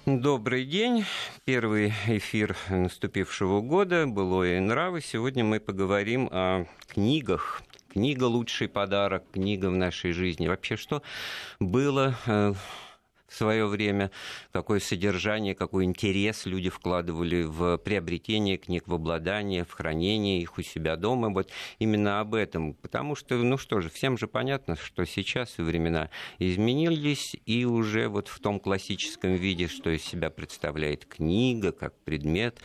Добрый день. Первый эфир наступившего года «Былое и нравы». Сегодня мы поговорим о книгах. Книга — лучший подарок, книга в нашей жизни. Вообще, что было в свое время, какое содержание, какой интерес люди вкладывали в приобретение книг, в обладание, в хранение их у себя дома. Вот именно об этом. Потому что, всем же понятно, что сейчас времена изменились, и уже вот в том классическом виде, что из себя представляет книга, как предмет,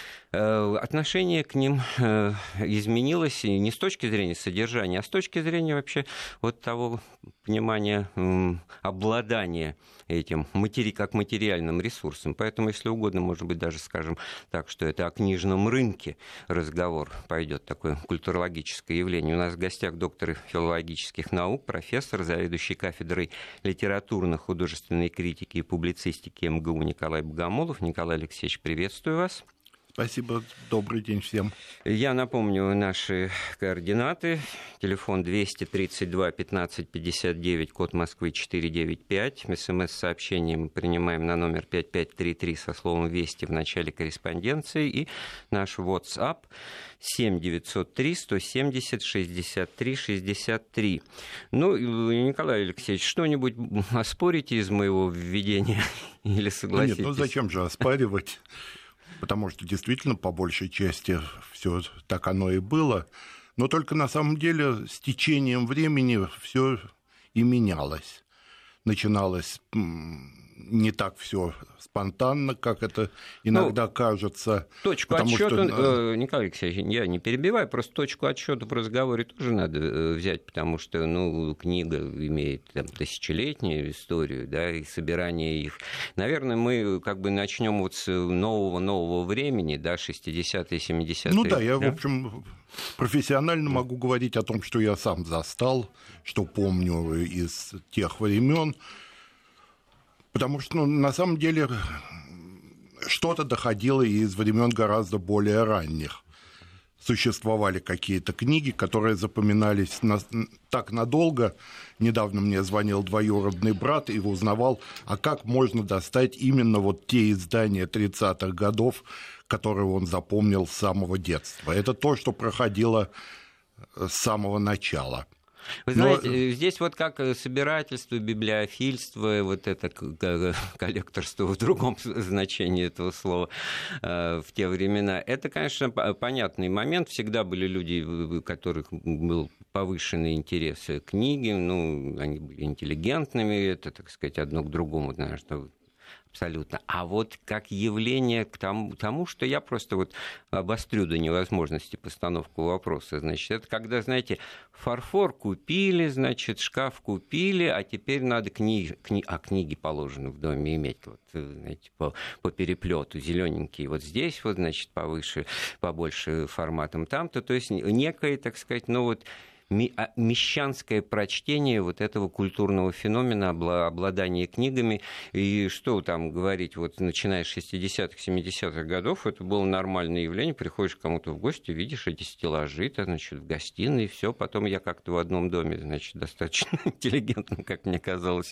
отношение к ним изменилось и не с точки зрения содержания, а с точки зрения вообще вот того понимания обладания этим как материальным ресурсом. Поэтому, если угодно, может быть, даже скажем так, что это о книжном рынке разговор пойдет, такое культурологическое явление. У нас в гостях доктор филологических наук, профессор, заведующий кафедрой литературно-художественной критики и публицистики МГУ Николай Богомолов. Николай Алексеевич, приветствую вас. Спасибо, добрый день всем. Я напомню наши координаты. Телефон 232 15 59, код Москвы 495. СМС-сообщение мы принимаем на номер 5533 со словом «Вести» в начале корреспонденции. И наш WhatsApp 7 903 170 63 63. Николай Алексеевич, что-нибудь оспорите из моего введения или согласитесь? Нет, зачем же оспаривать? Потому что действительно, по большей части, все так оно и было. Но только на самом деле с течением времени все и менялось. Начиналось не так все спонтанно, как это иногда кажется. Точку отсчета, Николай Алексеевич, я не перебиваю, просто точку отсчета в разговоре тоже надо взять, потому что книга имеет тысячелетнюю историю, да, и собирание их. Наверное, мы начнем вот с нового времени, да, 60-е, 70-е. Я, в общем, профессионально могу говорить о том, что я сам застал, что помню из тех времен. Потому что, на самом деле, что-то доходило и из времен гораздо более ранних. Существовали какие-то книги, которые запоминались так надолго. Недавно мне звонил двоюродный брат и узнавал, а как можно достать именно вот те издания 30-х годов, которые он запомнил с самого детства. Это то, что проходило с самого начала. Вы знаете, здесь вот как собирательство, библиофильство, вот это коллекторство в другом значении этого слова в те времена, это, конечно, понятный момент. Всегда были люди, у которых был повышенный интерес к книге, они были интеллигентными, это, так сказать, одно к другому, наверное, абсолютно. А вот как явление к тому, что я просто вот обострю до невозможности постановку вопроса, значит, это когда, знаете, фарфор купили, значит, шкаф купили, а теперь надо книги положено в доме иметь, вот, знаете, по переплету зелененькие, вот здесь, вот, значит, повыше, побольше форматом там-то, то есть некое, так сказать, мещанское прочтение вот этого культурного феномена обладания книгами. И что там говорить, вот начиная с 60-х, 70-х годов, это было нормальное явление. Приходишь к кому-то в гости, видишь эти стеллажи, значит, в гостиной, все. Потом я как-то в одном доме, значит, достаточно интеллигентно, как мне казалось,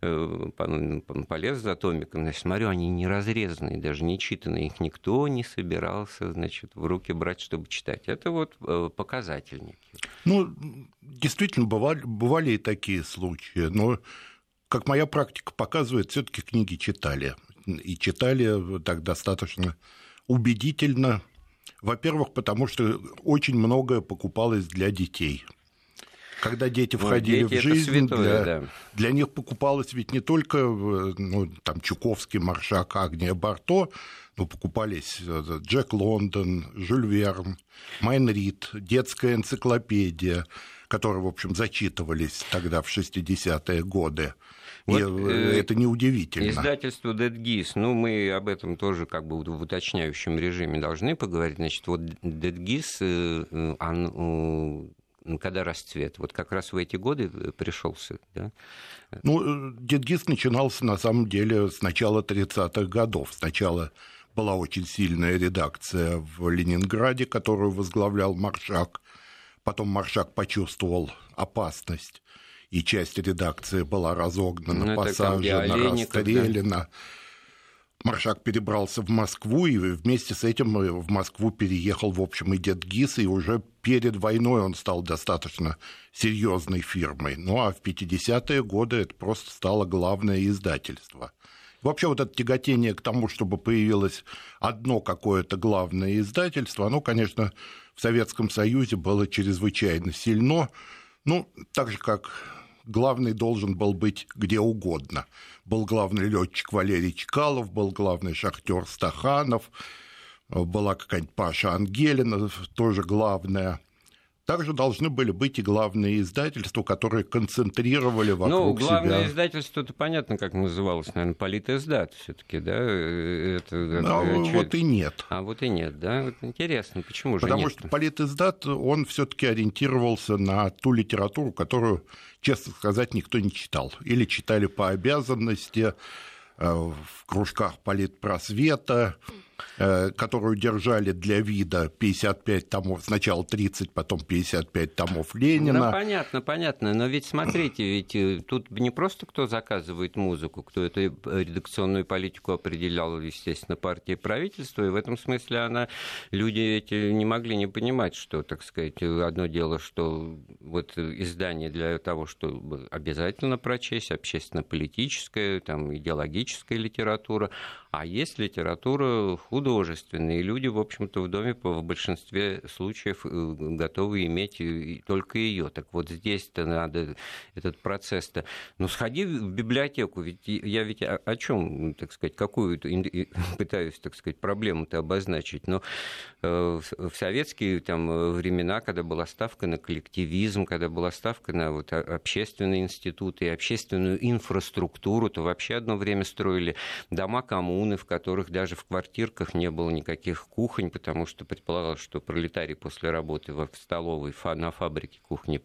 полез за томиком. Значит, смотрю, они не разрезанные, даже не читанные. Их никто не собирался, значит, в руки брать, чтобы читать. Это вот показательники. Действительно, бывали и такие случаи, но, как моя практика показывает, все-таки книги читали. И читали так достаточно убедительно. Во-первых, потому что очень многое покупалось для детей. Когда дети входили в жизнь, для них покупалось ведь не только Чуковский, Маршак, Агния Барто, но покупались Джек Лондон, Жюль Верн, Майн Рид, детская энциклопедия, которые, в общем, зачитывались тогда в 60-е годы. Вот, это неудивительно. Издательство Dead Geese, мы об этом тоже как бы в уточняющем режиме должны поговорить. Значит, вот Dead Geese, когда расцвет? Вот как раз в эти годы пришелся, да? Dead Geese начинался, на самом деле, с начала 30-х годов. Сначала была очень сильная редакция в Ленинграде, которую возглавлял Маршак. Потом Маршак почувствовал опасность, и часть редакции была разогнана, посажена, расстреляна. Маршак перебрался в Москву, и вместе с этим в Москву переехал, в общем, и дед Гис, и уже перед войной он стал достаточно серьезной фирмой. Ну, а в 50-е годы это просто стало главное издательство. Вообще вот это тяготение к тому, чтобы появилось одно какое-то главное издательство, оно, конечно, в Советском Союзе было чрезвычайно сильно, ну, так же, как главный должен был быть где угодно. Был главный летчик Валерий Чкалов, был главный шахтер Стаханов, была какая-нибудь Паша Ангелина, тоже главная. Также должны были быть и главные издательства, которые концентрировали вокруг себя... Ну, главное издательство, это понятно, как называлось, наверное, Политиздат все-таки, да? Вот и нет. А вот и нет, да? Вот интересно, почему же Потому нет? что Политиздат, он все-таки ориентировался на ту литературу, которую, честно сказать, никто не читал. Или читали по обязанности в кружках политпросвета, которую держали для вида 55 томов, сначала 30, потом 55 томов Ленина. Ну, понятно, но ведь смотрите, ведь тут не просто кто заказывает музыку, кто эту редакционную политику определял, естественно, партия и правительство, и в этом смысле люди эти не могли не понимать, что, так сказать, одно дело, что вот издание для того, чтобы обязательно прочесть, общественно-политическая, там, идеологическая литература, а есть литература художественная, и люди, в общем-то, в доме в большинстве случаев готовы иметь только ее. Так вот здесь-то надо этот процесс-то... Ну, сходи в библиотеку, ведь я ведь о чем, так сказать, какую пытаюсь, так сказать, проблему-то обозначить. Но в советские там времена, когда была ставка на коллективизм, когда была ставка на вот общественные институты и общественную инфраструктуру, то вообще одно время строили дома коммуны, в которых даже в квартирках не было никаких кухонь, потому что предполагалось, что пролетарий после работы в столовой на фабрике кухни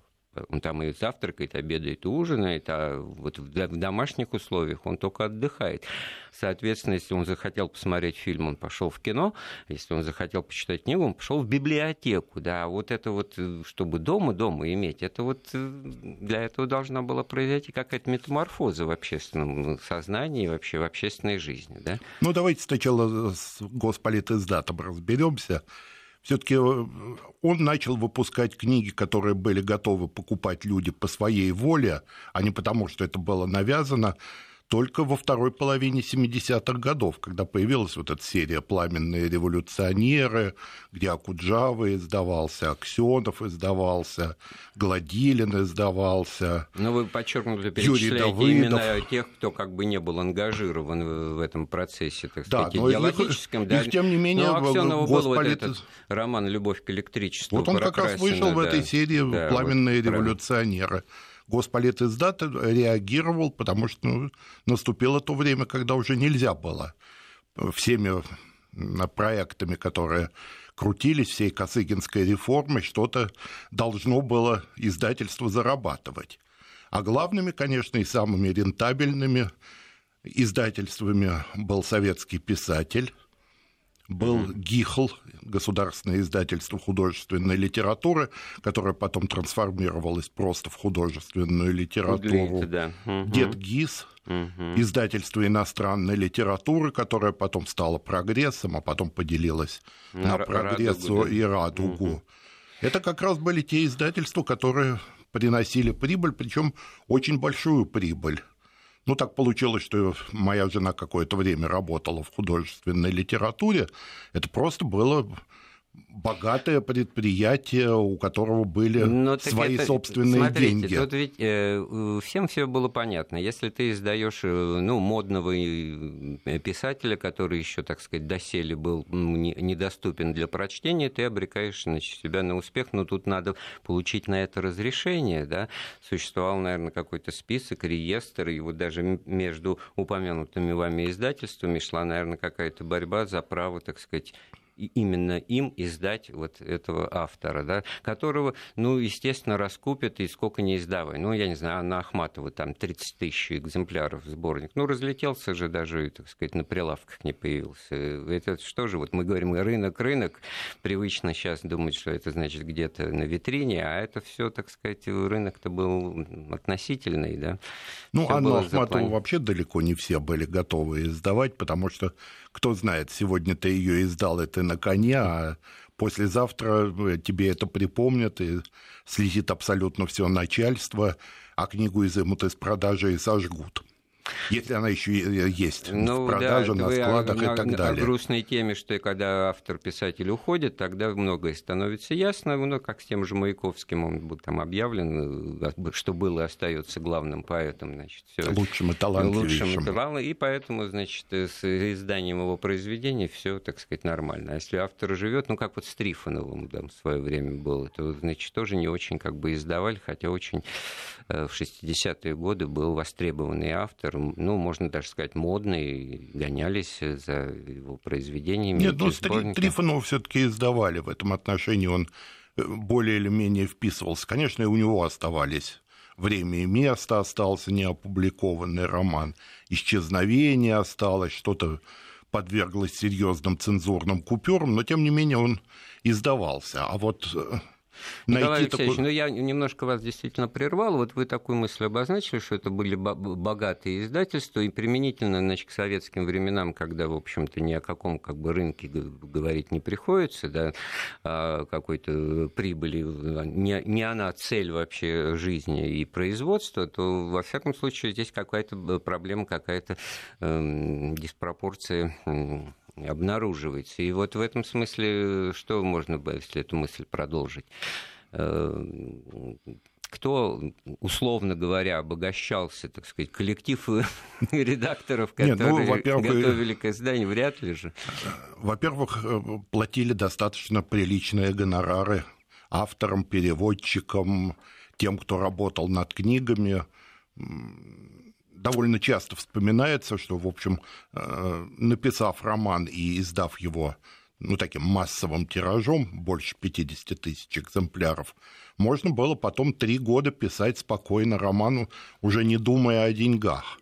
он там и завтракает, обедает, и ужинает, а вот в домашних условиях он только отдыхает. Соответственно, если он захотел посмотреть фильм, он пошел в кино, если он захотел почитать книгу, он пошел в библиотеку. Да, вот это вот, чтобы дома иметь, это вот для этого должна была произойти какая-то метаморфоза в общественном сознании, вообще в общественной жизни. Да? Ну, давайте сначала с Госполитиздатом разберемся. Все-таки он начал выпускать книги, которые были готовы покупать люди по своей воле, а не потому, что это было навязано, только во второй половине 70-х годов, когда появилась вот эта серия «Пламенные революционеры», где Окуджава издавался, Аксенов издавался, Гладилин издавался. Но вы подчеркнуто перечисляете именно тех, кто как бы не был ангажирован в этом процессе, так сказать, идеологическом. Их, тем не менее, Аксенова был вот этот роман «Любовь к электричеству». Вот он как раз вышел в этой серии «Пламенные революционеры». Госполитиздат реагировал, потому что наступило то время, когда уже нельзя было всеми проектами, которые крутились, всей Косыгинской реформой, что-то должно было издательство зарабатывать. А главными, конечно, и самыми рентабельными издательствами был советский писатель, был ГИХЛ, Государственное издательство художественной литературы, которое потом трансформировалось просто в художественную литературу. Дед Гис, издательство иностранной литературы, которое потом стало «Прогрессом», а потом поделилось на «Прогрессу» и «Радугу». Это как раз были те издательства, которые приносили прибыль, причем очень большую прибыль. Ну, так получилось, что моя жена какое-то время работала в художественной литературе. Это просто было богатое предприятие, у которого были свои собственные деньги. Тут ведь всем все было понятно. Если ты издаешь модного писателя, который еще, так сказать, доселе был недоступен для прочтения, ты обрекаешь себя на успех, но тут надо получить на это разрешение. Да? Существовал, наверное, какой-то список, реестр, и вот даже между упомянутыми вами издательствами шла, наверное, какая-то борьба за право, так сказать, именно им издать вот этого автора, да, которого, ну, естественно, раскупят и сколько не издавай. Ну, я не знаю, Анна Ахматова, там 30 тысяч экземпляров сборник. Ну, разлетелся же, даже, так сказать, на прилавках не появился. Это что же, вот мы говорим, рынок, привычно сейчас думать, что это значит где-то на витрине, а это все, так сказать, рынок-то был относительный, да. Ну, Всё Анну было Ахматову запланировано. вообще далеко не все были готовы издавать, потому что, кто знает, сегодня ты ее издал, и ты на коне, а послезавтра тебе это припомнят, и слетит абсолютно все начальство, а книгу изымут из продажи и сожгут. Если она еще есть в продаже, да, на складах и так далее. О грустной теме, что когда автор-писатель уходит, тогда многое становится ясно. Ну, как с тем же Маяковским, он был там объявлен, что был и остается главным поэтом, значит, всё. Лучшим и талантливейшим. И поэтому, значит, с изданием его произведений все, так сказать, нормально. А если автор живет, ну, как вот с Трифоновым, да, в свое время было, то, значит, тоже не очень как бы издавали, хотя очень в 60-е годы был востребованный автор, ну, можно даже сказать, модный, гонялись за его произведениями. Нет, ну, Трифонова все-таки издавали. В этом отношении он более или менее вписывался. Конечно, и у него оставались «Время и место», остался неопубликованный роман, «Исчезновение» осталось, что-то подверглось серьезным цензурным купюрам, но, тем не менее, он издавался. А вот... Николай Алексеевич, ну я немножко вас действительно прервал. Вот вы такую мысль обозначили, что это были богатые издательства, и применительно, значит, к советским временам, когда, в общем-то, ни о каком как бы рынке говорить не приходится, да, о какой-то прибыли, не она цель вообще жизни и производства, то, во всяком случае, здесь какая-то проблема, какая-то диспропорция обнаруживается. И вот в этом смысле, что можно, если эту мысль продолжить? Кто, условно говоря, обогащался, так сказать, коллектив редакторов, которые готовили к изданию, вряд ли же. Во-первых, платили достаточно приличные гонорары авторам, переводчикам, тем, кто работал над книгами. Довольно часто вспоминается, что, в общем, написав роман и издав его, ну, таким массовым тиражом, больше 50 тысяч экземпляров, можно было потом 3 года писать спокойно роман, уже не думая о деньгах.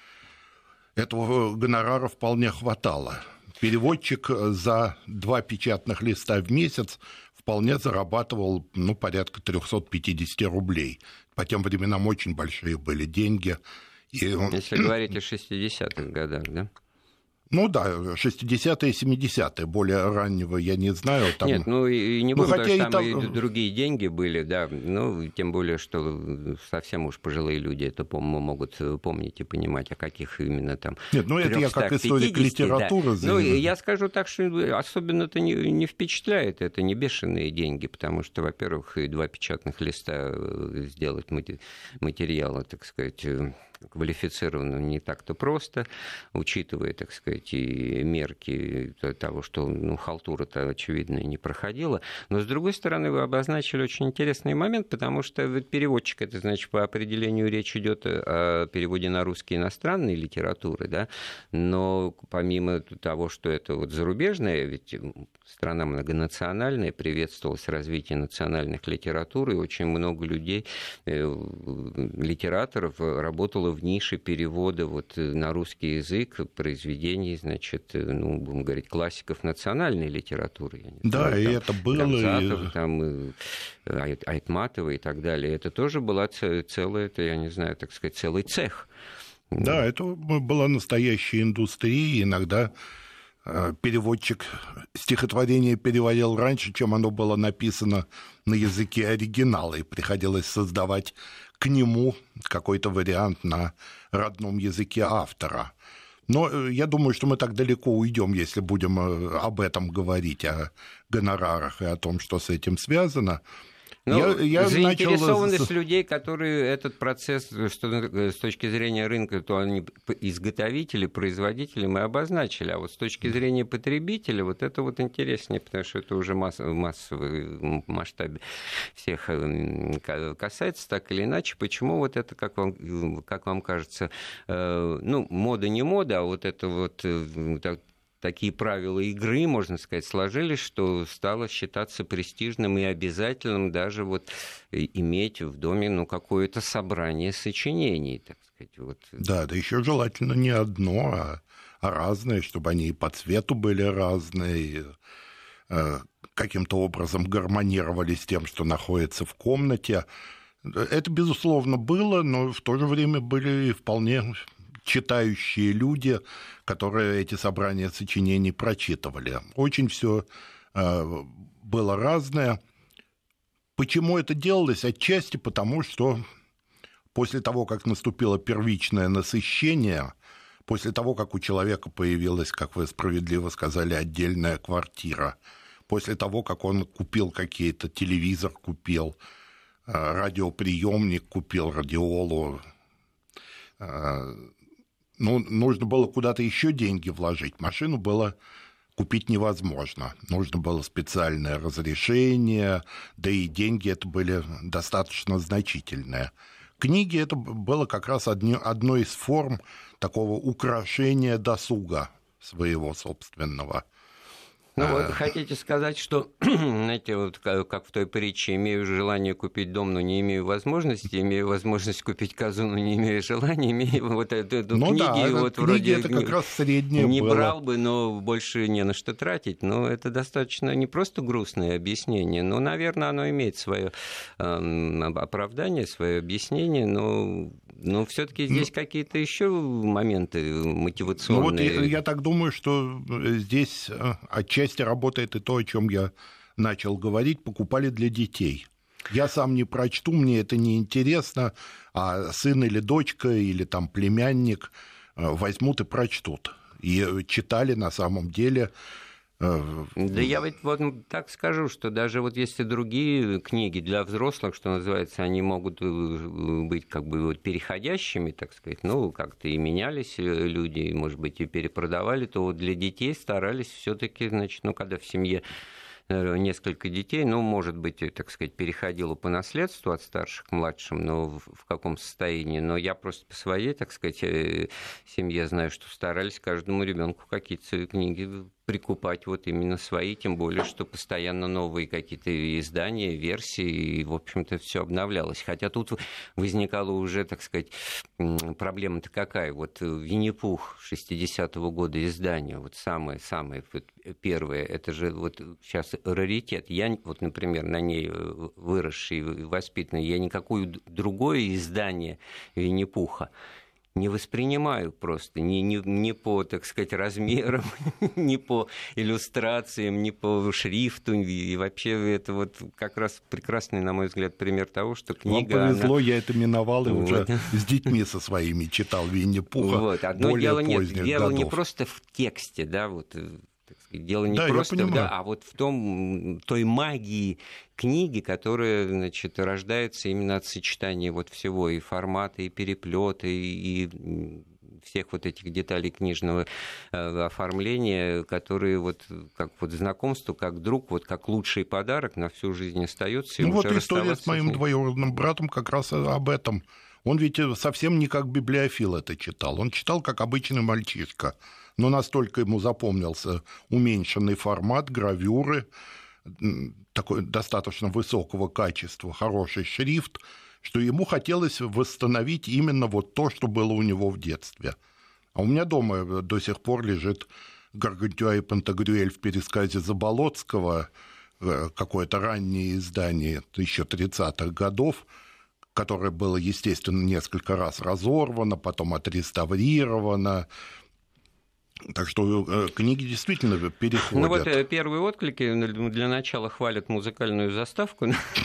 Этого гонорара вполне хватало. Переводчик за 2 печатных листа в месяц вполне зарабатывал, ну, порядка 350 рублей. По тем временам очень большие были деньги. Если говорить о 60-х годах, да? Ну да, 60-е, 70-е, более раннего я не знаю. Там... Нет, ну и не будем, хотя потому что там и другие деньги были, да, ну, тем более, что совсем уж пожилые люди это могут помнить и понимать, о каких именно там... Нет, ну это я как историк литературы. Да. Ну, я скажу так, что особенно-то не впечатляет, это не бешеные деньги, потому что, во-первых, и 2 печатных листа сделать материала, так сказать, квалифицированным не так-то просто, учитывая, так сказать, и мерки того, что, ну, халтура-то, очевидно, не проходила. Но, с другой стороны, вы обозначили очень интересный момент, потому что переводчик, это, значит, по определению речь идет о переводе на русский иностранной литературы, да, но помимо того, что это вот зарубежная, ведь страна многонациональная, приветствовалось развитие национальных литератур, и очень много людей, литераторов, работало в нише перевода вот на русский язык произведений, значит, ну, будем говорить, классиков национальной литературы. Да, и это было. Гамзатов, там, Айтматова и так далее. Это тоже была целая, я не знаю, так сказать, целый цех. Да, это была настоящая индустрия. Иногда переводчик стихотворение переводил раньше, чем оно было написано на языке оригинала, и приходилось создавать к нему какой-то вариант на родном языке автора. Но я думаю, что мы так далеко уйдем, если будем об этом говорить, о гонорарах и о том, что с этим связано. Заинтересованность людей, которые этот процесс с точки зрения рынка, то они изготовители, производители, мы обозначили. А вот с точки зрения потребителя, вот это вот интереснее, потому что это уже в массовом масштабе всех касается, так или иначе. Почему вот это, как вам кажется, ну, мода не мода, а вот это вот такие правила игры, можно сказать, сложились, что стало считаться престижным и обязательным даже вот иметь в доме какое-то собрание сочинений, так сказать. Вот. Да, да еще желательно не одно, а разные, чтобы они и по цвету были разные, каким-то образом гармонировали с тем, что находится в комнате. Это, безусловно, было, но в то же время были вполне читающие люди, которые эти собрания сочинений прочитывали. Очень все было разное. Почему это делалось? Отчасти потому, что после того, как наступило первичное насыщение, после того, как у человека появилась, как вы справедливо сказали, отдельная квартира, после того, как он купил какие-то, телевизор купил, радиоприемник купил, радиолу, нужно было куда-то еще деньги вложить. Машину было купить невозможно. Нужно было специальное разрешение, да и деньги это были достаточно значительные. Книги это было как раз одной из форм такого украшения досуга своего собственного. Вот хотите сказать, что, знаете, вот как в той притче, имею желание купить дом, но не имею возможности, имею возможность купить козу, но не имею желания, имею вот эту книги, да, вот книги вроде это как раз среднее не было. брал бы, но больше не на что тратить. Но это достаточно не просто грустное объяснение, но, наверное, оно имеет свое оправдание, свое объяснение, но все-таки здесь какие-то еще моменты мотивационные. Вот я так думаю, что здесь отчасти работает и то, о чем я начал говорить, покупали для детей. Я сам не прочту, мне это не интересно, а сын или дочка, или там племянник возьмут и прочтут. И читали на самом деле. Да я вот так скажу, что даже вот если другие книги для взрослых, что называется, они могут быть как бы вот переходящими, так сказать, как-то и менялись люди, может быть, и перепродавали, то вот для детей старались все-таки, значит, когда в семье несколько детей, может быть, так сказать, переходило по наследству от старших к младшим, но в каком состоянии. Но я просто по своей, так сказать, семье знаю, что старались каждому ребенку какие-то книги прикупать вот именно свои, тем более, что постоянно новые какие-то издания, версии, и, в общем-то, все обновлялось. Хотя тут возникала уже, так сказать, проблема-то какая? Вот «Винни-Пух» 60-го года издания, вот самое первое, это же вот сейчас раритет. Я, вот, например, на ней выросший и воспитанный, я никакое другое издание «Винни-Пуха» не воспринимаю просто, ни по, так сказать, размерам, ни по иллюстрациям, ни по шрифту. И вообще это вот как раз прекрасный, на мой взгляд, пример того, что книга... Вам повезло, я это миновал и уже с детьми со своими читал Винни-Пуха. Одно дело не просто в тексте, да, вот... Дело не просто, а вот в той магии книги, которая, значит, рождается именно от сочетания вот всего, и формата, и переплета, и всех вот этих деталей книжного оформления, которые вот как вот знакомство, как друг, вот как лучший подарок на всю жизнь остается. Вот история с моим двоюродным братом как раз об этом. Он ведь совсем не как библиофил это читал, он читал как обычный мальчишка. Но настолько ему запомнился уменьшенный формат, гравюры, такой достаточно высокого качества, хороший шрифт, что ему хотелось восстановить именно вот то, что было у него в детстве. А у меня дома до сих пор лежит «Гаргантюа и Пантагрюэль» в пересказе Заболоцкого, какое-то раннее издание еще 30-х годов, которое было, естественно, несколько раз разорвано, потом отреставрировано. Так что книги действительно переходят. Вот первые отклики для начала хвалят музыкальную заставку.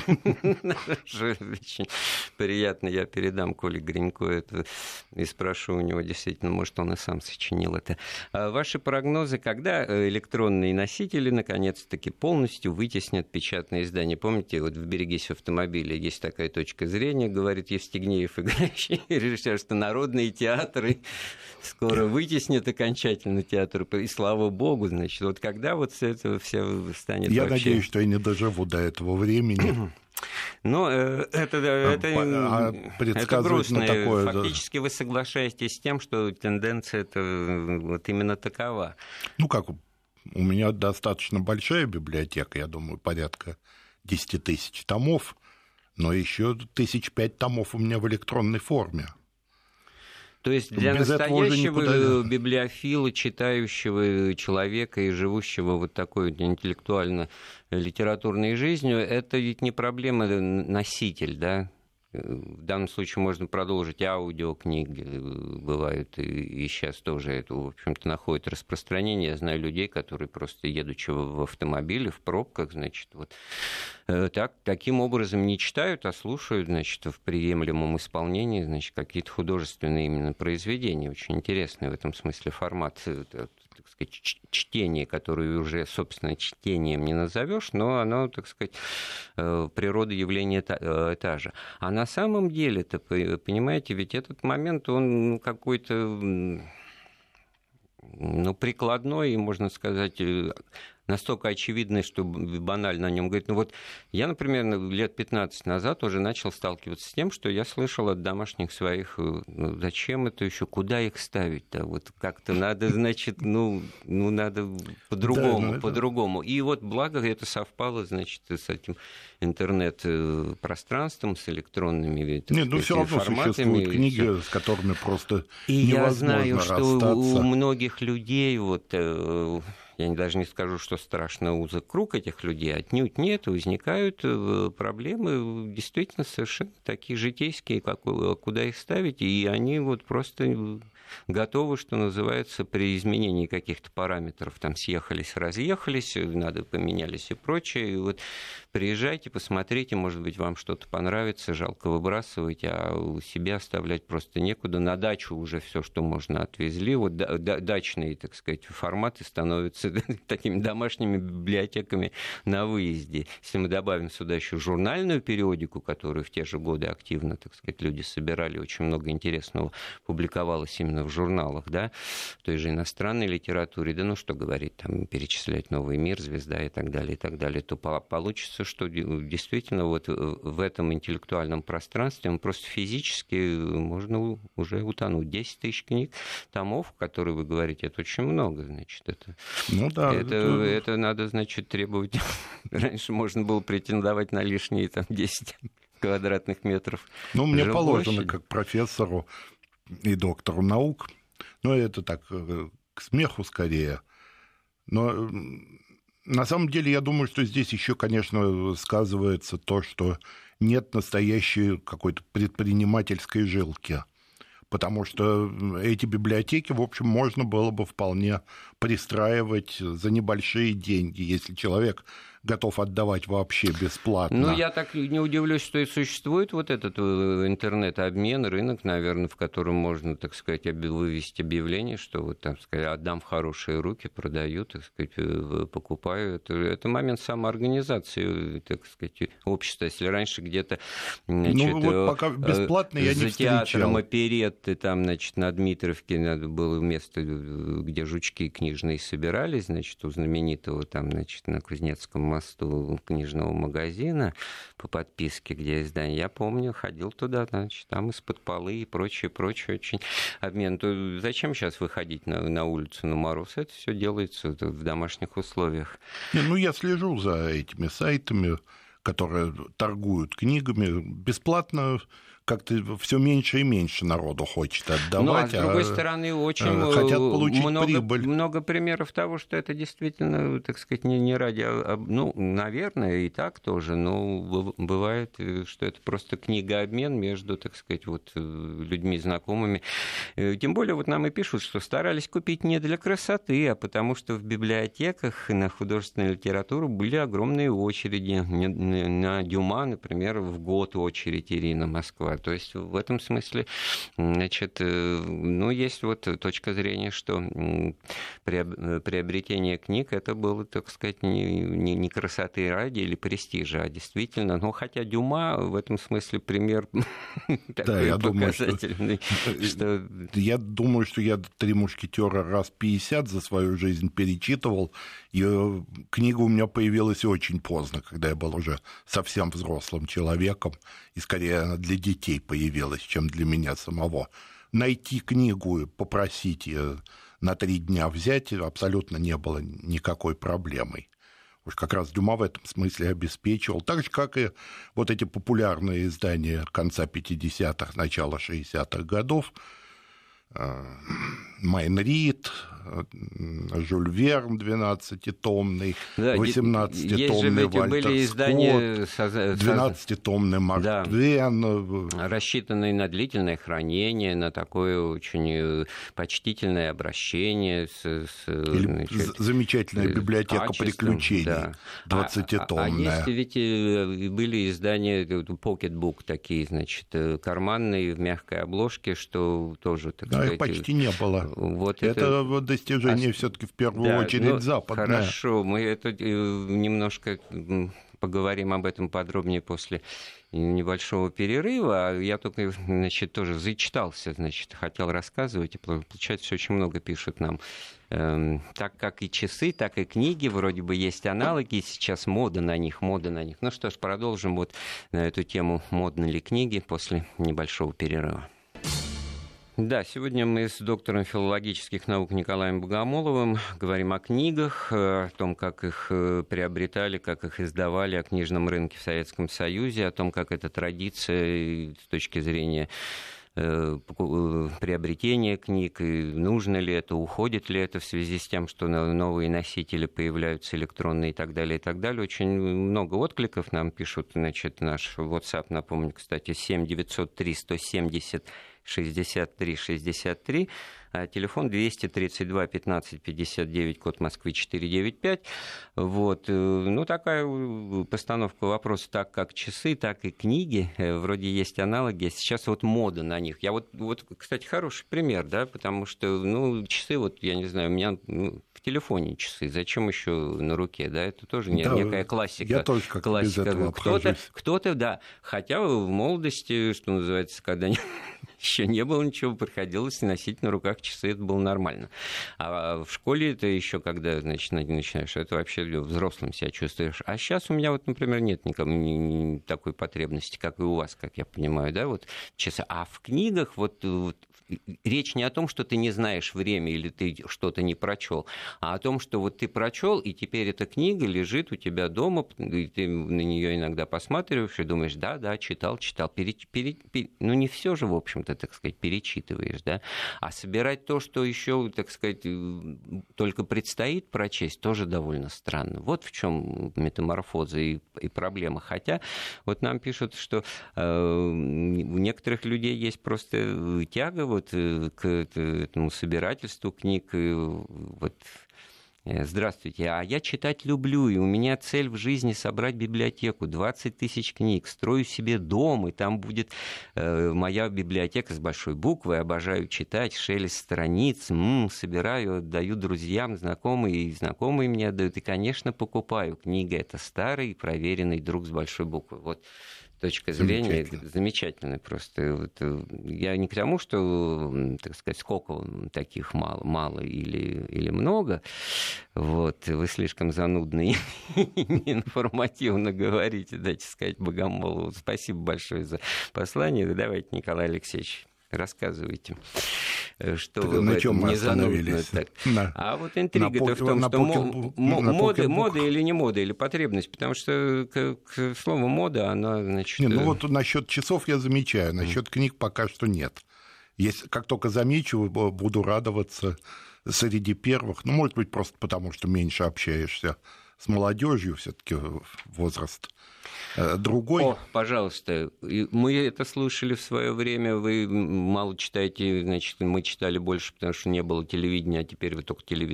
Очень приятно. Я передам Коле Гринько это и спрошу у него, действительно, может, он и сам сочинил это. Ваши прогнозы, когда электронные носители наконец-таки полностью вытеснят печатные издания? Помните, вот в «Берегись автомобиля» есть такая точка зрения, говорит Евстигнеев, играющий режиссер, что народные театры скоро вытеснят окончательно театр, и слава богу, значит, вот когда вот это все станет я вообще... надеюсь, что я не доживу до этого времени. Ну, это грустно. Такое, фактически вы соглашаетесь с тем, что тенденция это вот именно такова. Ну, как, у меня достаточно большая библиотека, я думаю, порядка 10 тысяч томов, но еще 1005 томов у меня в электронной форме. То есть для настоящего библиофила, читающего человека и живущего вот такой интеллектуально-литературной жизнью, это ведь не проблема носитель, да? В данном случае можно продолжить аудиокниги, бывают, и сейчас тоже это, в общем-то, находит распространение. Я знаю людей, которые просто, едучи в автомобиле, в пробках, значит, вот таким образом не читают, а слушают, значит, в приемлемом исполнении, значит, какие-то художественные именно произведения. Очень интересный в этом смысле формат, так сказать, чтение, которое уже, собственно, чтением не назовешь, но оно, так сказать, природа явления та же. А на самом деле-то, понимаете, ведь этот момент, он какой-то, прикладной, и, можно сказать, настолько очевидный, что банально о нем говорить. Ну вот я, например, лет 15 назад уже начал сталкиваться с тем, что я слышал от домашних своих, зачем это еще, куда их ставить-то? Вот как-то надо, значит, надо по-другому. И вот благо это совпало, значит, с этим интернет-пространством, с электронными форматами. Все равно существуют книги, с которыми просто и невозможно расстаться. Я знаю, что у многих людей я даже не скажу, что страшно узок круг этих людей, отнюдь нет, возникают проблемы действительно совершенно такие житейские, куда их ставить, и они вот просто готовы, что называется, при изменении каких-то параметров, там съехались, разъехались, надо поменялись и прочее, и вот приезжайте, посмотрите, может быть, вам что-то понравится, жалко выбрасывать, а у себя оставлять просто некуда, на дачу уже все, что можно, отвезли, вот дачные, так сказать, форматы становятся такими домашними библиотеками на выезде. Если мы добавим сюда еще журнальную периодику, которую в те же годы активно, так сказать, люди собирали, очень много интересного публиковалось именно в журналах, да, в той же иностранной литературе, да, ну что говорить, там, перечислять «Новый мир», «Звезда» и так далее, то получится, что действительно вот в этом интеллектуальном пространстве просто физически можно уже утонуть. 10 тысяч книг, томов, которые вы говорите, это очень много, значит, это... Ну да. Это надо, значит, требовать. Раньше можно было претендовать на лишние 10 квадратных метров. Ну, мне положено, как профессору и доктору наук. Но это так, к смеху скорее. Но на самом деле я думаю, что здесь еще, конечно, сказывается то, что нет настоящей какой-то предпринимательской жилки. Потому что эти библиотеки, в общем, можно было бы вполне пристраивать за небольшие деньги, если человек готов отдавать вообще бесплатно. Ну, я так не удивлюсь, что и существует вот этот интернет-обмен, рынок, наверное, в котором можно, так сказать, вывести объявление, что вот там, сказать, отдам в хорошие руки, продаю, так сказать, покупаю. Это момент самоорганизации, так сказать, общества. Если раньше где-то, значит, вот пока бесплатно я не встречал. За театром оперетты, там, значит, на Дмитровке было место, где жучки книжные собирались, значит, у знаменитого там, значит, на Кузнецком мосту книжного магазина по подписке, где издание. Я помню, ходил туда, значит, там из-под полы и прочее очень обмен. То зачем сейчас выходить на улицу на мороз? Это все делается в домашних условиях. Я слежу за этими сайтами, которые торгуют книгами. Бесплатно как-то все меньше и меньше народу хочет отдавать. Ну, а с другой стороны, очень хотят получить прибыль. Много примеров того, что это действительно, так сказать, не ради... наверное, и так тоже, но бывает, что это просто книгообмен между, так сказать, вот людьми знакомыми. Тем более, вот нам и пишут, что старались купить не для красоты, а потому что в библиотеках на художественную литературу были огромные очереди. На Дюма, например, в год очередь, Ирина, Москва. права. То есть в этом смысле, значит, ну, есть вот точка зрения, что приобретение книг это было, так сказать, не красоты ради или престижа, а действительно, ну, хотя Дюма в этом смысле пример такой показательный. Я думаю, что я «Три мушкетера» раз 50 за свою жизнь перечитывал, и книга у меня появилась очень поздно, когда я был уже совсем взрослым человеком, и скорее она для детей появилась, чем для меня самого. Найти книгу и попросить ее на 3 дня взять абсолютно не было никакой проблемой. Уж как раз Дюма в этом смысле обеспечивал. Так же, как и вот эти популярные издания конца 50-х, начала 60-х годов. Майн Рид, Жюль Верн 12-томный, да, 18-томный Вальтер Скотт, 12-томный Марк Твен. Рассчитанный на длительное хранение, на такое очень почтительное обращение. Замечательная библиотека приключений, 20-томная. А есть ведь были издания, покетбук такие, значит, карманные, в мягкой обложке, что тоже, так сказать... их почти не было. Вот это достижение все-таки в первую очередь западное. Хорошо, мы это немножко поговорим об этом подробнее после небольшого перерыва. Я только, значит, тоже зачитался, значит, хотел рассказывать, и получается, очень много пишут нам. Так как и часы, так и книги, вроде бы есть аналоги, сейчас мода на них. Ну что ж, продолжим вот на эту тему, модны ли книги, после небольшого перерыва. Да, сегодня мы с доктором филологических наук Николаем Богомоловым говорим о книгах, о том, как их приобретали, как их издавали, о книжном рынке в Советском Союзе, о том, как эта традиция с точки зрения приобретения книг, и нужно ли это, уходит ли это в связи с тем, что новые носители появляются электронные и так далее, и так далее. Очень много откликов нам пишут, значит, наш WhatsApp, напомню, кстати, 7-903-170-63-63, а телефон 232-15-59, код Москвы 495. Вот. Ну, такая постановка вопроса, так как часы, так и книги, вроде есть аналоги, сейчас вот мода на них. Я вот, кстати, хороший пример, да, потому что, ну, часы, вот, я не знаю, у меня в телефоне часы, зачем еще на руке, да, это тоже некая классика. Я тоже как-то без этого обхожусь. Кто-то, да, хотя в молодости, что называется, когда еще не было ничего, приходилось носить на руках часы, это было нормально. А в школе это еще, когда, значит, начинаешь, это вообще взрослым себя чувствуешь. А сейчас у меня вот, например, нет никому такой потребности, как и у вас, как я понимаю, да, вот часы. А в книгах вот речь не о том, что ты не знаешь время или ты что-то не прочел, а о том, что вот ты прочел, и теперь эта книга лежит у тебя дома, и ты на нее иногда посматриваешь и думаешь, да, читал, ну не все же, в общем-то, так сказать, перечитываешь, да, а собирать то, что еще, так сказать, только предстоит прочесть, тоже довольно странно. Вот в чем метаморфоза и проблема. Хотя вот нам пишут, что у некоторых людей есть просто тяга вот к этому собирательству книг. Вот. Здравствуйте, а я читать люблю, и у меня цель в жизни собрать библиотеку, 20 тысяч книг, строю себе дом, и там будет моя библиотека с большой буквы, обожаю читать, шелест страниц, собираю, отдаю друзьям, знакомые, и знакомые мне отдают, и, конечно, покупаю. Книга это старый, проверенный друг с большой буквы. Вот. Точка зрения замечательная просто. Вот, я не к тому, что, так сказать, сколько таких мало или много. Вот, вы слишком занудно и неинформативно говорите, дайте сказать Богомолову. Спасибо большое за послание. Давайте, Николай Алексеевич, рассказывайте, что вы на чем мы остановились. А вот интрига-то в том, что мода или не мода, или потребность, потому что к слову мода, она, значит... Ну вот насчет часов я замечаю, насчет книг пока что нет. Если, как только замечу, буду радоваться среди первых. Ну, может быть, просто потому, что меньше общаешься с молодежью, все-таки возраст другой. О, пожалуйста, мы это слушали в свое время, вы мало читаете, значит, мы читали больше, потому что не было телевидения, а теперь вы только телевизор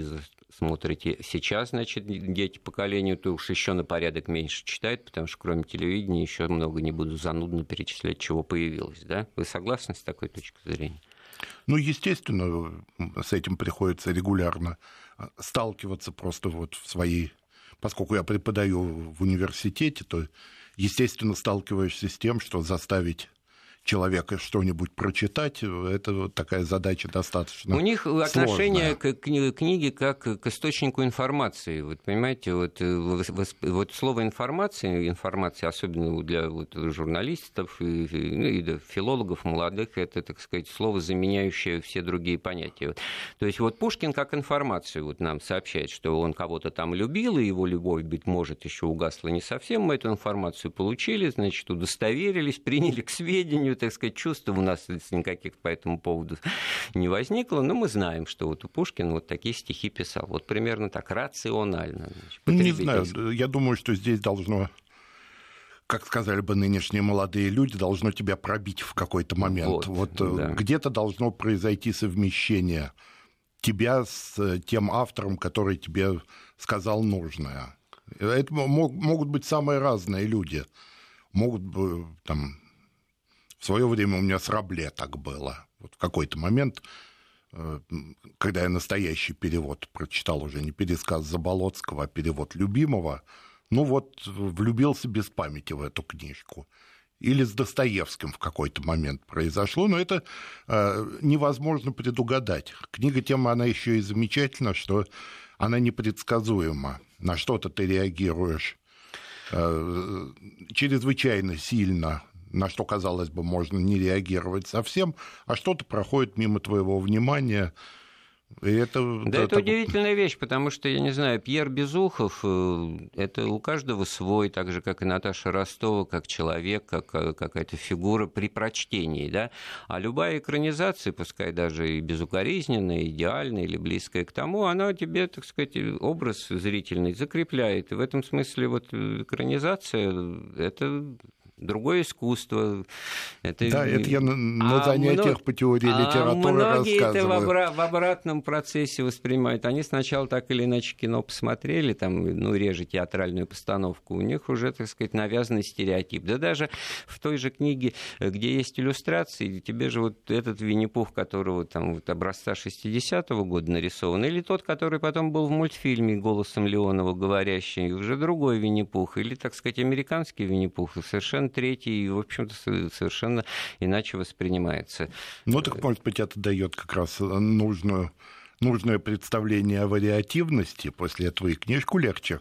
смотрите сейчас, значит, дети поколению, то уж еще на порядок меньше читают, потому что кроме телевидения еще много, не буду занудно перечислять, чего появилось, да? Вы согласны с такой точкой зрения? Ну, естественно, с этим приходится регулярно сталкиваться просто вот в своей... Поскольку я преподаю в университете, то, естественно, сталкиваешься с тем, что заставить человека что-нибудь прочитать, это вот такая задача достаточно У них сложная. отношение к книге как к источнику информации. Вот понимаете, вот слово информация, особенно для вот журналистов и филологов молодых, это, так сказать, слово, заменяющее все другие понятия. То есть вот Пушкин как информацию вот нам сообщает, что он кого-то там любил, и его любовь, быть может, еще угасла не совсем. Мы эту информацию получили, значит, удостоверились, приняли к сведению, так сказать, чувств у нас никаких по этому поводу не возникло, но мы знаем, что вот Пушкин вот такие стихи писал. Вот примерно так, рационально. Не знаю, я думаю, что здесь должно, как сказали бы нынешние молодые люди, должно тебя пробить в какой-то момент. Вот да. Где-то должно произойти совмещение тебя с тем автором, который тебе сказал нужное. Это могут быть самые разные люди. Могут быть там... В свое время у меня с Рабле так было. Вот в какой-то момент, когда я настоящий перевод прочитал, уже не пересказ Заболоцкого, а перевод любимого, ну вот влюбился без памяти в эту книжку. Или с Достоевским в какой-то момент произошло, но это невозможно предугадать. Книга тем, она еще и замечательна, что она непредсказуема. На что-то ты реагируешь чрезвычайно сильно, на что, казалось бы, можно не реагировать совсем, а что-то проходит мимо твоего внимания. И это удивительная вещь, потому что, я не знаю, Пьер Безухов, это у каждого свой, так же, как и Наташа Ростова, как человек, как какая-то фигура при прочтении, да? А любая экранизация, пускай даже и безукоризненная, идеальная или близкая к тому, она тебе, так сказать, образ зрительный закрепляет. И в этом смысле вот экранизация – это... другое искусство. Это я на занятиях по теории литературы многие рассказываю. Это в обратном процессе воспринимают. Они сначала так или иначе кино посмотрели, там, ну, реже театральную постановку, у них уже, так сказать, навязанный стереотип. Да даже в той же книге, где есть иллюстрации, тебе же вот этот Винни-Пух, которого там вот образца 60-го года нарисован, или тот, который потом был в мультфильме голосом Леонова говорящий, уже другой Винни-Пух, или, так сказать, американский Винни-Пух, совершенно третий, в общем-то, совершенно иначе воспринимается. Ну, так, может быть, это дает как раз нужное представление о вариативности. После этого и книжку легче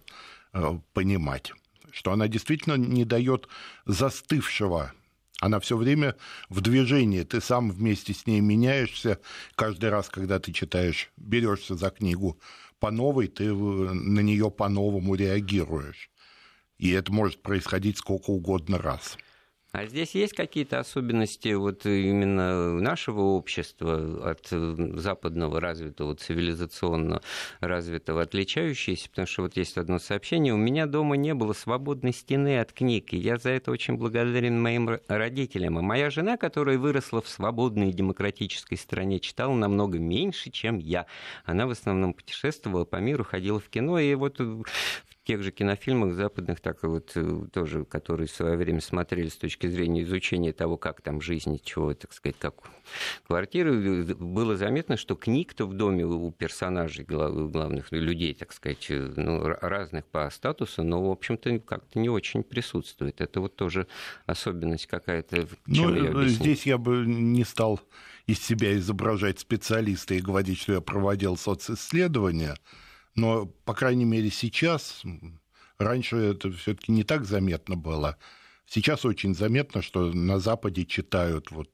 понимать, что она действительно не дает застывшего. Она все время в движении. Ты сам вместе с ней меняешься. Каждый раз, когда ты читаешь, берешься за книгу по новой, ты на нее по-новому реагируешь. И это может происходить сколько угодно раз. А здесь есть какие-то особенности вот именно нашего общества от западного развитого, цивилизационно развитого, отличающиеся? Потому что вот есть одно сообщение. У меня дома не было свободной стены от книг, и я за это очень благодарен моим родителям. А моя жена, которая выросла в свободной и демократической стране, читала намного меньше, чем я. Она в основном путешествовала по миру, ходила в кино, и вот... в тех же кинофильмах западных, так и вот тоже, которые в свое время смотрели с точки зрения изучения того, как там жизнь, чего, так сказать, как квартиры, было заметно, что книг-то в доме у персонажей, главных людей, так сказать, ну, разных по статусу, но, в общем-то, как-то не очень присутствует. Это вот тоже особенность какая-то. Ну, здесь я бы не стал из себя изображать специалиста и говорить, что я проводил социсследования. Но, по крайней мере, сейчас, раньше это все-таки не так заметно было. Сейчас очень заметно, что на Западе читают вот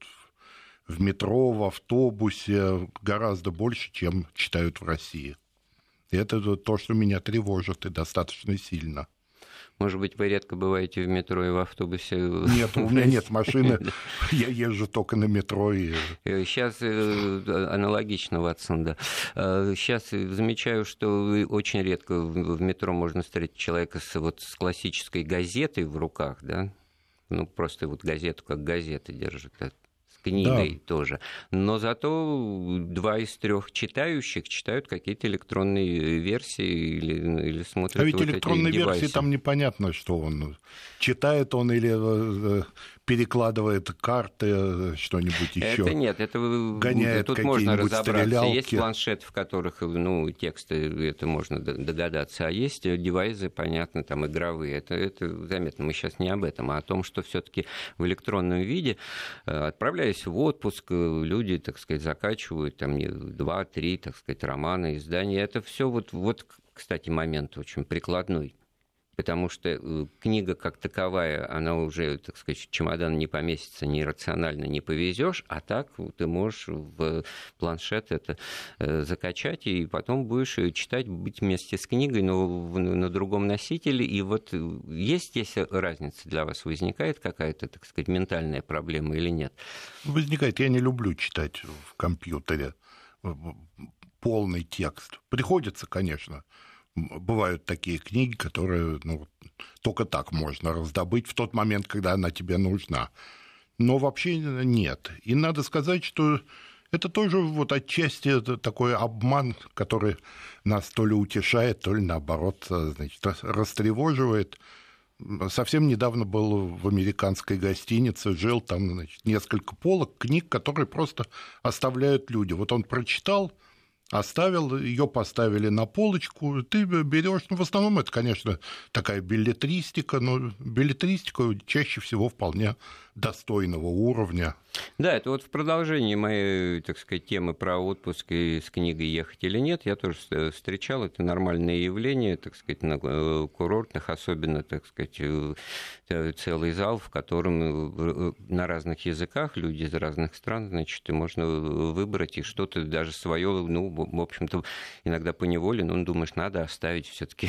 в метро, в автобусе гораздо больше, чем читают в России. И это то, что меня тревожит, и достаточно сильно. Может быть, вы редко бываете в метро и в автобусе? Нет, у меня нет машины, я езжу только на метро. Сейчас аналогично, Ватсон, да. Сейчас замечаю, что очень редко в метро можно встретить человека с классической газетой в руках, да? Ну, просто вот газету как газета держит, да? книгой тоже. Но зато 2 из 3 читающих читают какие-то электронные версии или смотрят. А ведь вот электронные эти версии девайсы. там непонятно, что он читает он или перекладывает карты, что-нибудь еще. Это нет, это гоняет тут можно разобраться. стрелялки. Есть планшеты, в которых тексты, это можно догадаться, а есть девайсы, понятно, там игровые. Это заметно. Мы сейчас не об этом, а о том, что все-таки в электронном виде, отправляясь в отпуск, люди, так сказать, закачивают там 2-3, так сказать, романа, издания. Это все вот, кстати, момент очень прикладной. Потому что книга как таковая, она уже, так сказать, в чемодан не поместится, ни рационально не повезешь, а так ты можешь в планшет это закачать, и потом будешь читать, быть вместе с книгой, но на другом носителе. И вот если разница для вас возникает какая-то, так сказать, ментальная проблема или нет? Возникает. Я не люблю читать в компьютере полный текст. Приходится, конечно. Бывают такие книги, которые только так можно раздобыть в тот момент, когда она тебе нужна. Но вообще нет. И надо сказать, что это тоже отчасти такой обман, который нас то ли утешает, то ли наоборот, растревоживает. Совсем недавно был в американской гостинице, жил там, несколько полок книг, которые просто оставляют люди. Вот он прочитал, оставил, ее поставили на полочку, ты берешь, в основном это, конечно, такая беллетристика, но беллетристика чаще всего вполне достойного уровня. Да, это в продолжении моей, так сказать, темы про отпуск и с книгой ехать или нет, я тоже встречал это нормальное явление, так сказать, на курортных, особенно, так сказать, целый зал, в котором на разных языках люди из разных стран, значит, и можно выбрать и что-то даже свое, в общем-то, иногда поневоле, но думаешь, надо оставить все-таки.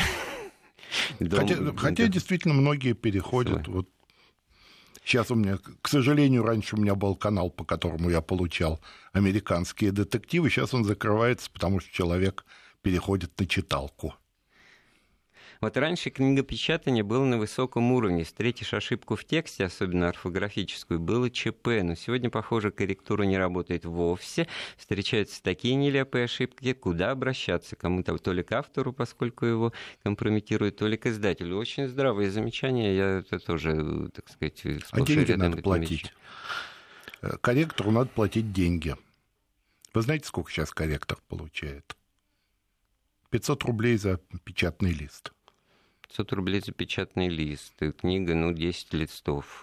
Хотя действительно многие переходят. Сейчас у меня, к сожалению, раньше у меня был канал, по которому я получал американские детективы, сейчас он закрывается, потому что человек переходит на читалку. Вот раньше книгопечатание было на высоком уровне. Встретишь ошибку в тексте, особенно орфографическую, было ЧП. Но сегодня, похоже, корректура не работает вовсе. Встречаются такие нелепые ошибки. Куда обращаться? Кому-то то ли к автору, поскольку его компрометирует, то ли к издателю. Очень здравые замечания. Я это тоже, так сказать, а деньги надо платить. Корректору надо платить деньги. Вы знаете, сколько сейчас корректор получает? 500 рублей за печатный лист. 500 рублей за печатный лист. Книга, 10 листов.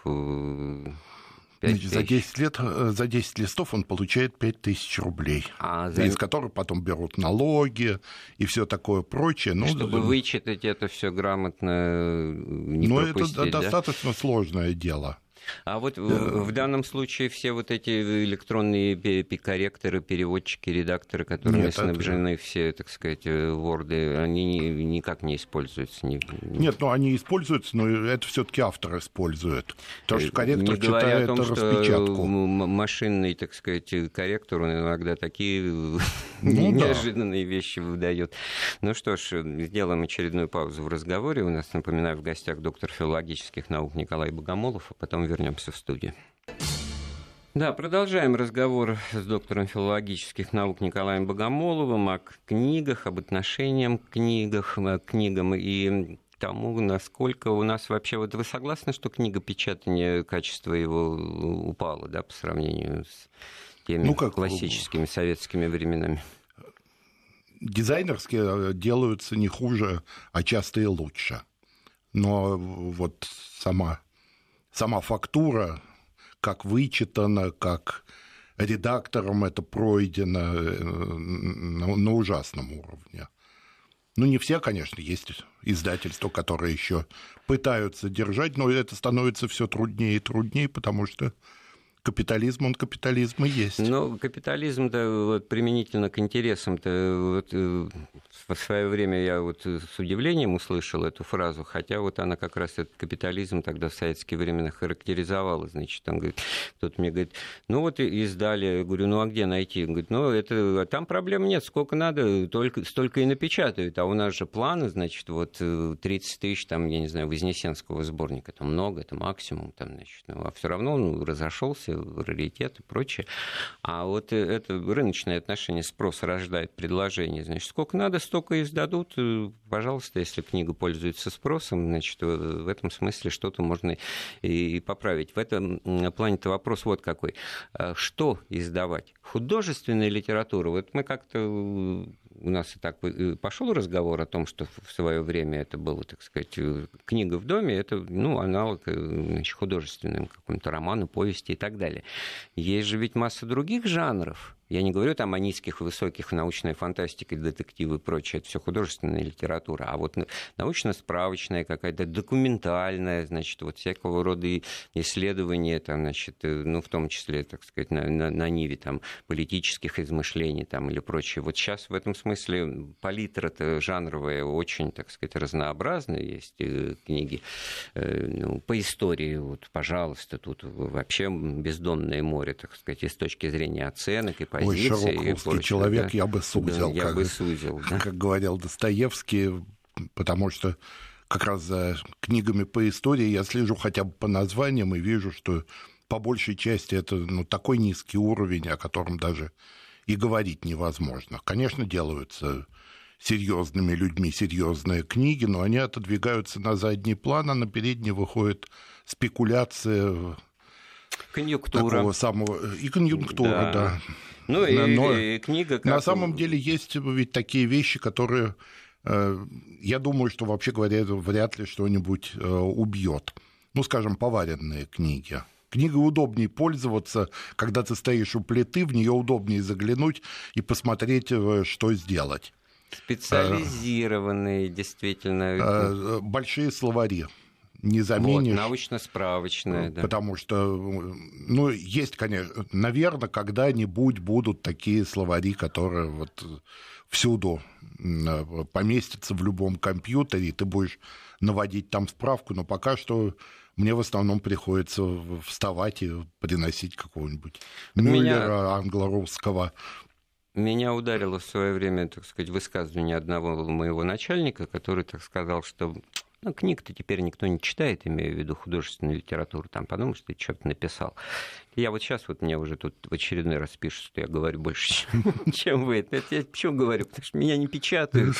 Значит, за 10 листов он получает 5000 рублей, из которых потом берут налоги и все такое прочее. Чтобы вычитать это все грамотно, не пропустить, это достаточно сложное дело. А вот в данном случае все вот эти электронные корректоры, переводчики, редакторы, которыми снабжены все, так сказать, Word, они никак не используются? Нет, они используются, но это все-таки автор использует. Потому что корректор не читает о том, распечатку. Что машинный, так сказать, корректор, он иногда такие неожиданные вещи выдает. Ну что ж, сделаем очередную паузу в разговоре. У нас, напоминаю, в гостях доктор филологических наук Николай Богомолов, а потом вернемся в студию. Да, продолжаем разговор с доктором филологических наук Николаем Богомоловым о книгах, об отношениях к книгам и тому, насколько у нас вообще... вы согласны, что книгопечатание, качество его упало, да, по сравнению с теми классическими советскими временами? Дизайнерские делаются не хуже, а часто и лучше. Но сама фактура, как вычитана, как редактором это пройдено на ужасном уровне. Не все, конечно, есть издательства, которые еще пытаются держать, но это становится все труднее и труднее, потому что капитализм, он капитализм и есть. Капитализм-то применительно к интересам-то в свое время я с удивлением услышал эту фразу, хотя она как раз этот капитализм тогда в советские времена характеризовала. Значит, там, кто-то мне говорит, издали. Я говорю, а где найти? Он говорит, там проблем нет, сколько надо, столько и напечатают. А у нас же планы, значит, 30 тысяч, там, я не знаю, Вознесенского сборника, там много, это максимум, там, значит, а все равно он разошелся, это раритет и прочее. А вот это рыночное отношение, спрос рождает предложение. Значит, сколько надо, столько и сдадут. Пожалуйста, если книга пользуется спросом, значит, в этом смысле что-то можно и поправить. В этом плане-то вопрос вот какой. Что издавать? Художественная литература. Вот мы как-то... У нас и так пошел разговор о том, что в свое время это было, так сказать, книга в доме, это, ну, аналог, значит, художественным какому-то роману, повести и так далее. Есть же ведь масса других жанров. Я не говорю там о низких и высоких, научная фантастика, детективы и прочее, это все художественная литература, а вот научно-справочная какая-то, документальная, значит, вот всякого рода исследования, там, значит, ну, в том числе, так сказать, на ниве там, политических измышлений там, или прочее. Вот сейчас в этом смысле палитра-то жанровая очень, так сказать, разнообразная. Есть книги ну, по истории, вот, пожалуйста, тут вообще бездонное море, так сказать, и с точки зрения оценок и позиции. Ой, широк русский человек, да? Я бы сузил, да, да? Как говорил Достоевский, потому что как раз за книгами по истории я слежу хотя бы по названиям и вижу, что по большей части это ну, такой низкий уровень, о котором даже и говорить невозможно. Конечно, делаются серьезными людьми серьезные книги, но они отодвигаются на задний план, а на передний выходит спекуляция конъюнктура. Такого самого... И конъюнктура, да. Ну, и книга... На самом деле есть ведь такие вещи, которые, я думаю, что, вообще говоря, вряд ли что-нибудь убьет. Ну, скажем, поваренные книги. Книгой удобнее пользоваться, когда ты стоишь у плиты, в нее удобнее заглянуть и посмотреть, что сделать. Специализированные, действительно. Большие словари. Не заменишь. Вот, научно-справочная, да. Потому что, ну, есть, конечно, наверное, когда-нибудь будут такие словари, которые вот всюду поместятся в любом компьютере, и ты будешь наводить там справку, но пока что мне в основном приходится вставать и приносить какого-нибудь Мюллера англо-русского. Меня ударило в свое время, так сказать, высказывание одного моего начальника, который так сказал, что... Ну, книг-то теперь никто не читает, имею в виду художественную литературу, там, подумал, что ты что-то написал. Я вот сейчас, вот мне уже тут в очередной раз пишут, что я говорю больше, чем вы. Это я почему говорю? Потому что меня не печатают.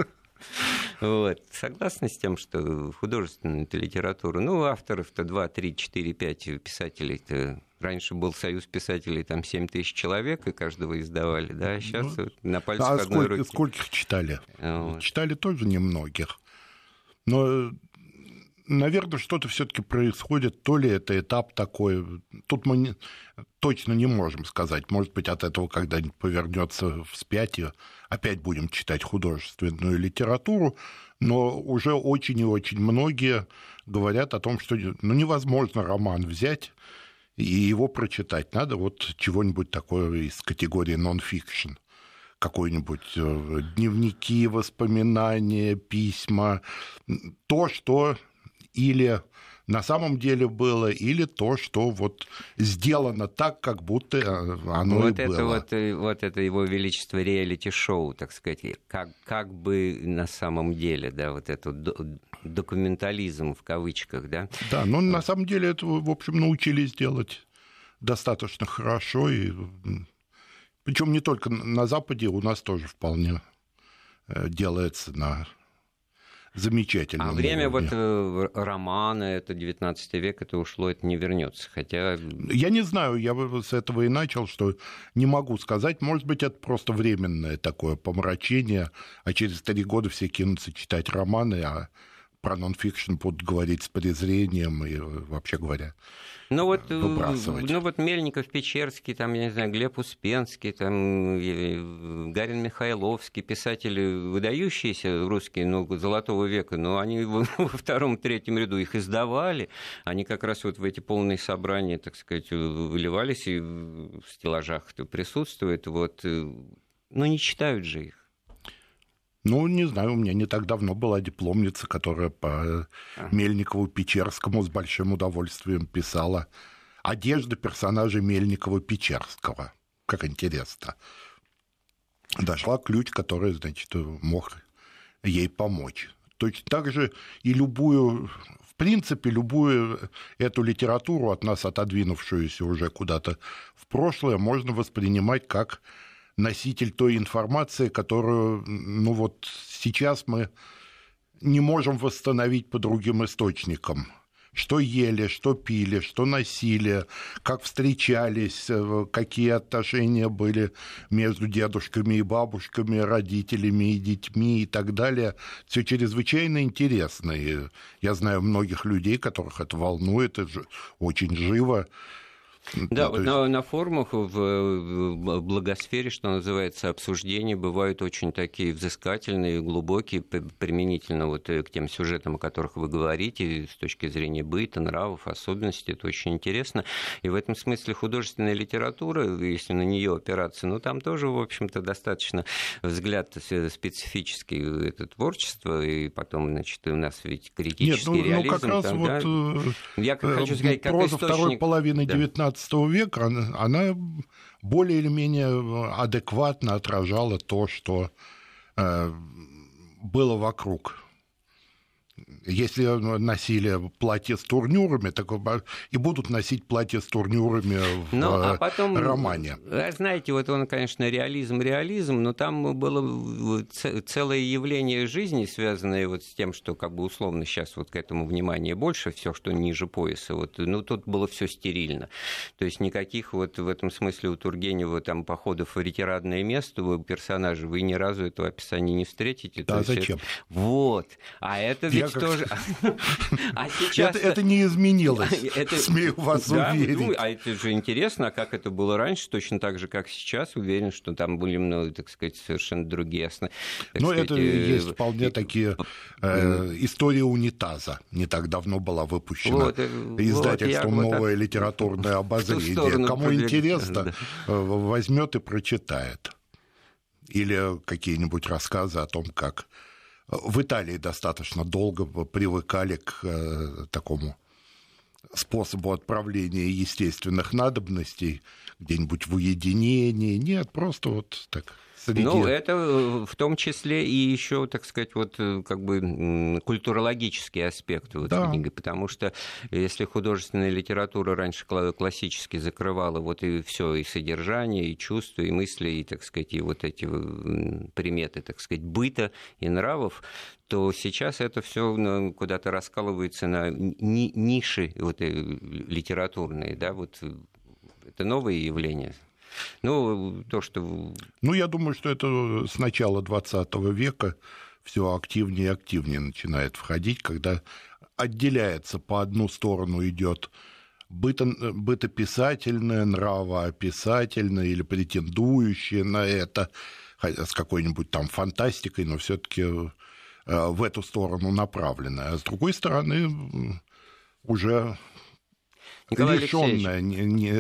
Вот. Согласны с тем, что художественная литература, ну, авторов-то 2, 3, 4, 5 писателей-то. Раньше был союз писателей, там 7 тысяч человек, и каждого издавали, да, а сейчас вот на пальцах одной руки. Скольких читали? Вот. Читали тоже немногих. Но, наверное, что-то все-таки происходит, то ли это этап такой. Тут мы точно не можем сказать. Может быть, от этого когда-нибудь повернется вспять, и опять будем читать художественную литературу. Но уже очень и очень многие говорят о том, что ну, невозможно роман взять и его прочитать. Надо вот чего-нибудь такое из категории нон-фикшн. Какой-нибудь дневники, воспоминания, письма, то, что или на самом деле было, или то, что вот сделано так, как будто оно вот и это было. Вот это его величество реалити-шоу, так сказать, как бы на самом деле, да, вот этот документализм в кавычках, да? Да, но на самом деле это, в общем, научились делать достаточно хорошо и... Причем не только на Западе, у нас тоже вполне делается на замечательном уровне. А время вот романа, это 19 век, это ушло, это не вернется. Хотя... Я не знаю, я с этого и начал, что не могу сказать. Может быть, это просто временное такое помрачение, а через 3 года все кинутся читать романы, а про нон-фикшн будут говорить с презрением и, вообще говоря, выбрасывать. Ну вот Мельников, Печерский, там, я не знаю, Глеб Успенский, там, Гарин Михайловский, писатели выдающиеся русские, ну, Золотого века, но они во втором-третьем ряду их издавали, они как раз вот в эти полные собрания, так сказать, выливались и в стеллажах это присутствует, вот, но не читают же их. Ну, не знаю, у меня не так давно была дипломница, которая по Мельникову-Печерскому с большим удовольствием писала одежды персонажей Мельникова-Печерского. Как интересно. Дошла ключ, который, значит, мог ей помочь. Точно так же и любую, в принципе, любую эту литературу, от нас отодвинувшуюся уже куда-то в прошлое, можно воспринимать как носитель той информации, которую, ну вот сейчас мы не можем восстановить по другим источникам. Что ели, что пили, что носили, как встречались, какие отношения были между дедушками и бабушками, родителями и детьми и так далее. Все чрезвычайно интересно. И я знаю многих людей, которых это волнует, это очень живо. Да, вот на форумах в благосфере, что называется, обсуждения бывают очень такие взыскательные, глубокие, применительно вот к тем сюжетам, о которых вы говорите, с точки зрения быта, нравов, особенностей. Это очень интересно. И в этом смысле художественная литература, если на нее опираться, ну, там тоже, в общем-то, достаточно взгляд специфический, это творчество, и потом, значит, у нас ведь критический реализм. Как раз там, вот да? Я хочу сказать, как проза источник... второй половины XIX века, она более или менее адекватно отражала то, что было вокруг. Если носили платье с турнюрами, так и будут носить платье с турнюрами в потом, романе. Знаете, вот он, конечно, реализм, но там было целое явление жизни, связанное вот с тем, что как бы условно сейчас вот к этому внимания больше, все, что ниже пояса, вот, ну, тут было все стерильно. То есть никаких вот в этом смысле у Тургенева там походов в ретирадное место у персонажа вы ни разу этого описания не встретите. Да, зачем? Это... Вот. А это ведь тоже... А сейчас... Это не изменилось, смею вас уверить. Ну, а это же интересно, а как это было раньше, точно так же, как сейчас. Уверен, что там были, ну, так сказать, совершенно другие... Ну, это есть вполне такие истории унитаза. Не так давно была выпущена издательством «Новое литературное обозрение». Кому интересно, возьмет и прочитает. Или какие-нибудь рассказы о том, как в Италии достаточно долго привыкали к такому способу отправления естественных надобностей, где-нибудь в уединении. Нет, просто вот так. Среди... Ну, это в том числе и еще, так сказать, вот как бы культурологический аспект вот книги, потому что если художественная литература раньше классически закрывала вот и все, и содержание, и чувства, и мысли, и, так сказать, и вот эти приметы, так сказать, быта и нравов, то сейчас это все куда-то раскалывается на ниши вот, литературные, да, вот это новые явления. Ну, то, что... Ну, я думаю, что это с начала XX века все активнее и активнее начинает входить, когда отделяется по одну сторону идет бытописательное, нравоописательное или претендующее на это, с какой-нибудь там фантастикой, но все-таки в эту сторону направленное. А с другой стороны, уже лишённое,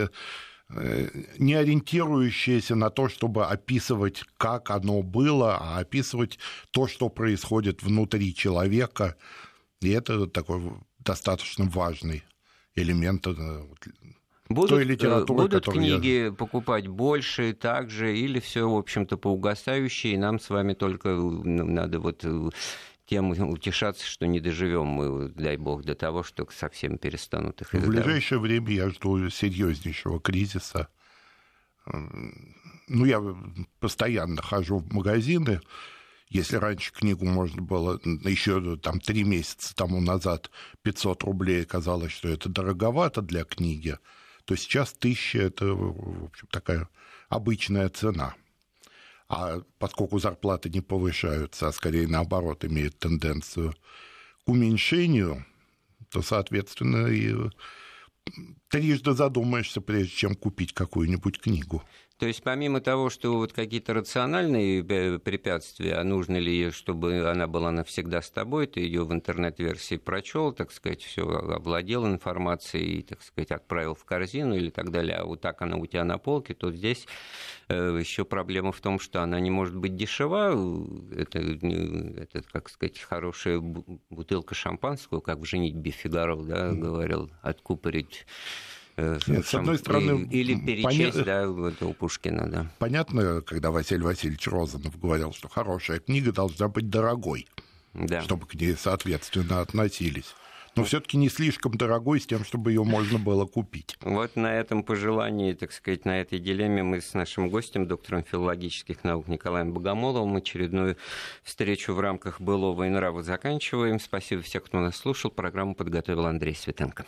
не ориентирующееся на то, чтобы описывать, как оно было, а описывать то, что происходит внутри человека. И это такой достаточно важный элемент той литературы, будут книги покупать больше, так же, или все, в общем-то, по угасающей, и нам с вами только надо вот... тем утешаться, что не доживем мы, дай бог, до того, что совсем перестанут их издавать. В ближайшее время я жду серьезнейшего кризиса. Ну, я постоянно хожу в магазины. Если раньше книгу можно было еще там 3 месяца тому назад 500 рублей, казалось, что это дороговато для книги, то сейчас 1000 – это, в общем, такая обычная цена. А поскольку зарплаты не повышаются, а скорее наоборот имеют тенденцию к уменьшению, то, соответственно, и трижды задумаешься, прежде чем купить какую-нибудь книгу. То есть помимо того, что вот какие-то рациональные препятствия, а нужно ли, чтобы она была навсегда с тобой, ты ее в интернет-версии прочел, так сказать, все овладел информацией, так сказать, отправил в корзину или так далее, а вот так она у тебя на полке, то здесь еще проблема в том, что она не может быть дешева, это как сказать, хорошая бутылка шампанского, как в «Женитьбе Фигаро», да, говорил, откупорить. Нет, с одной стороны, или перечесть, да, у Пушкина, да. Понятно, когда Василий Васильевич Розанов говорил, что хорошая книга должна быть дорогой. да. чтобы к ней соответственно относились. Но все-таки не слишком дорогой, с тем, чтобы ее можно было купить. Вот на этом пожелании, так сказать, на этой дилемме мы с нашим гостем, доктором филологических наук Николаем Богомоловым, очередную встречу в рамках «Былого и нрава» заканчиваем. Спасибо всем, кто нас слушал. Программу подготовил Андрей Светенко.